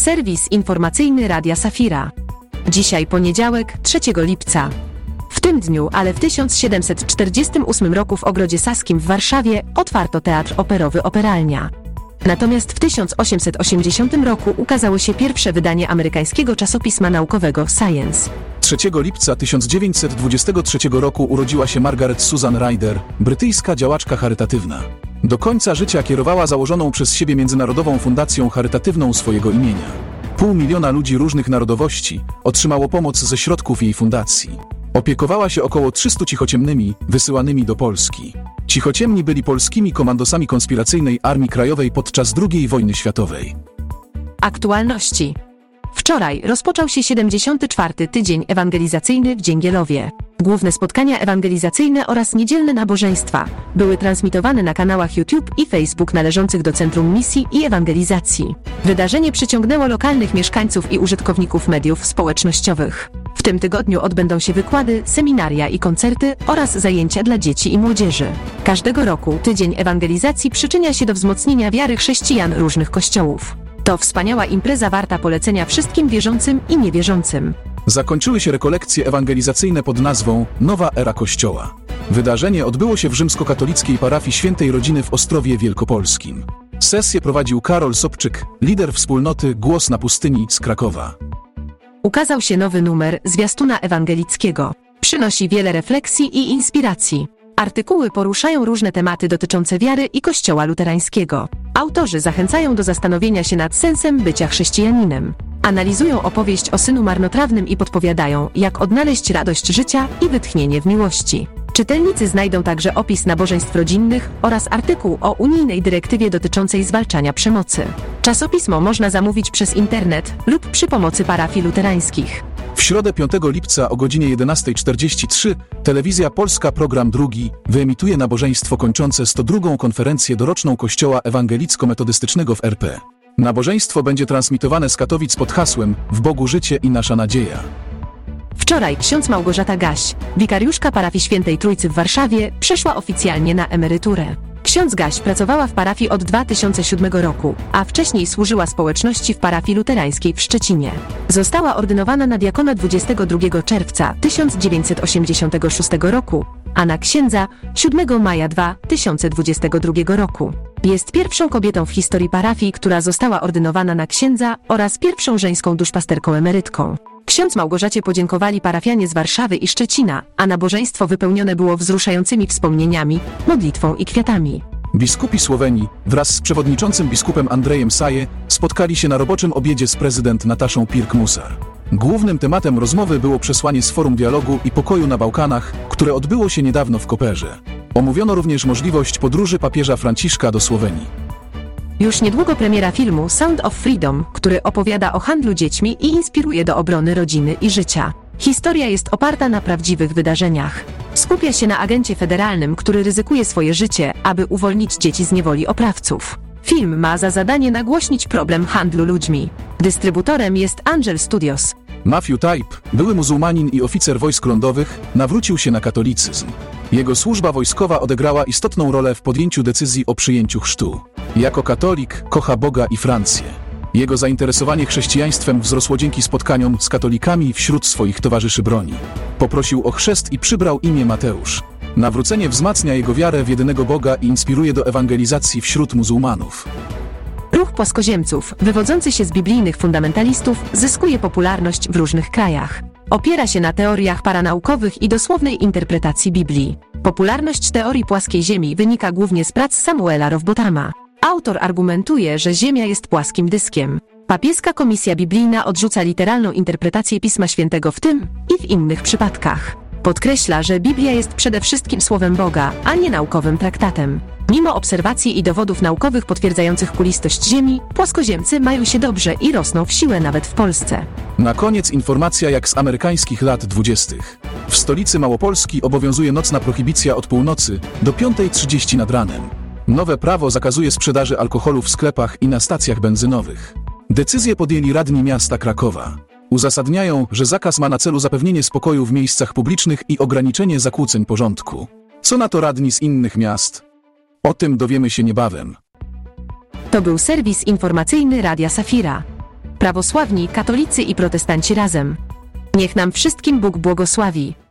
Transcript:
Serwis informacyjny Radia Safira. Dzisiaj poniedziałek, 3 lipca. W tym dniu, ale w 1748 roku w Ogrodzie Saskim w Warszawie otwarto Teatr Operowy Operalnia. Natomiast w 1880 roku ukazało się pierwsze wydanie amerykańskiego czasopisma naukowego Science. 3 lipca 1923 roku urodziła się Margaret Susan Ryder, brytyjska działaczka charytatywna. Do końca życia kierowała założoną przez siebie Międzynarodową Fundacją Charytatywną swojego imienia. 500 000 ludzi różnych narodowości otrzymało pomoc ze środków jej fundacji. Opiekowała się około 300 cichociemnymi, wysyłanymi do Polski. Cichociemni byli polskimi komandosami konspiracyjnej Armii Krajowej podczas II wojny światowej. Aktualności. Wczoraj rozpoczął się 74. tydzień ewangelizacyjny w Dzięgielowie. Główne spotkania ewangelizacyjne oraz niedzielne nabożeństwa były transmitowane na kanałach YouTube i Facebook należących do Centrum Misji i Ewangelizacji. Wydarzenie przyciągnęło lokalnych mieszkańców i użytkowników mediów społecznościowych. W tym tygodniu odbędą się wykłady, seminaria i koncerty oraz zajęcia dla dzieci i młodzieży. Każdego roku Tydzień Ewangelizacji przyczynia się do wzmocnienia wiary chrześcijan różnych kościołów. To wspaniała impreza warta polecenia wszystkim wierzącym i niewierzącym. Zakończyły się rekolekcje ewangelizacyjne pod nazwą Nowa Era Kościoła. Wydarzenie odbyło się w rzymskokatolickiej parafii Świętej Rodziny w Ostrowie Wielkopolskim. Sesję prowadził Karol Sobczyk, lider wspólnoty Głos na Pustyni z Krakowa. Ukazał się nowy numer Zwiastuna Ewangelickiego. Przynosi wiele refleksji i inspiracji. Artykuły poruszają różne tematy dotyczące wiary i Kościoła luterańskiego. Autorzy zachęcają do zastanowienia się nad sensem bycia chrześcijaninem. Analizują opowieść o synu marnotrawnym i podpowiadają, jak odnaleźć radość życia i wytchnienie w miłości. Czytelnicy znajdą także opis nabożeństw rodzinnych oraz artykuł o unijnej dyrektywie dotyczącej zwalczania przemocy. Czasopismo można zamówić przez internet lub przy pomocy parafii luterańskich. W środę 5 lipca o godzinie 11:43 Telewizja Polska Program Drugi wyemituje nabożeństwo kończące 102. konferencję doroczną Kościoła Ewangelicko-Metodystycznego w RP. Nabożeństwo będzie transmitowane z Katowic pod hasłem W Bogu życie i nasza nadzieja. Wczoraj ksiądz Małgorzata Gaś, wikariuszka parafii Świętej Trójcy w Warszawie, przeszła oficjalnie na emeryturę. Ksiądz Gaś pracowała w parafii od 2007 roku, a wcześniej służyła społeczności w parafii luterańskiej w Szczecinie. Została ordynowana na diakona 22 czerwca 1986 roku, a na księdza 7 maja 2022 roku. Jest pierwszą kobietą w historii parafii, która została ordynowana na księdza oraz pierwszą żeńską duszpasterką emerytką. Ksiądz Małgorzacie podziękowali parafianie z Warszawy i Szczecina, a nabożeństwo wypełnione było wzruszającymi wspomnieniami, modlitwą i kwiatami. Biskupi Słowenii wraz z przewodniczącym biskupem Andrejem Saje spotkali się na roboczym obiedzie z prezydent Nataszą Pirk-Musar. Głównym tematem rozmowy było przesłanie z Forum Dialogu i Pokoju na Bałkanach, które odbyło się niedawno w Koperze. Omówiono również możliwość podróży papieża Franciszka do Słowenii. Już niedługo premiera filmu Sound of Freedom, który opowiada o handlu dziećmi i inspiruje do obrony rodziny i życia. Historia jest oparta na prawdziwych wydarzeniach. Skupia się na agencie federalnym, który ryzykuje swoje życie, aby uwolnić dzieci z niewoli oprawców. Film ma za zadanie nagłośnić problem handlu ludźmi. Dystrybutorem jest Angel Studios. Matthew Type, były muzułmanin i oficer wojsk lądowych, nawrócił się na katolicyzm. Jego służba wojskowa odegrała istotną rolę w podjęciu decyzji o przyjęciu chrztu. Jako katolik kocha Boga i Francję. Jego zainteresowanie chrześcijaństwem wzrosło dzięki spotkaniom z katolikami wśród swoich towarzyszy broni. Poprosił o chrzest i przybrał imię Mateusz. Nawrócenie wzmacnia jego wiarę w jedynego Boga i inspiruje do ewangelizacji wśród muzułmanów. Ruch płaskoziemców, wywodzący się z biblijnych fundamentalistów, zyskuje popularność w różnych krajach. Opiera się na teoriach paranaukowych i dosłownej interpretacji Biblii. Popularność teorii płaskiej Ziemi wynika głównie z prac Samuela Rowbotama. Autor argumentuje, że Ziemia jest płaskim dyskiem. Papieska Komisja Biblijna odrzuca literalną interpretację Pisma Świętego w tym i w innych przypadkach. Podkreśla, że Biblia jest przede wszystkim słowem Boga, a nie naukowym traktatem. Mimo obserwacji i dowodów naukowych potwierdzających kulistość Ziemi, płaskoziemcy mają się dobrze i rosną w siłę nawet w Polsce. Na koniec informacja jak z amerykańskich lat 20. W stolicy Małopolski obowiązuje nocna prohibicja od północy do 5:30 nad ranem. Nowe prawo zakazuje sprzedaży alkoholu w sklepach i na stacjach benzynowych. Decyzję podjęli radni miasta Krakowa. Uzasadniają, że zakaz ma na celu zapewnienie spokoju w miejscach publicznych i ograniczenie zakłóceń porządku. Co na to radni z innych miast? O tym dowiemy się niebawem. To był serwis informacyjny Radia Safira. prawosławni, katolicy i protestanci razem. Niech nam wszystkim Bóg błogosławi.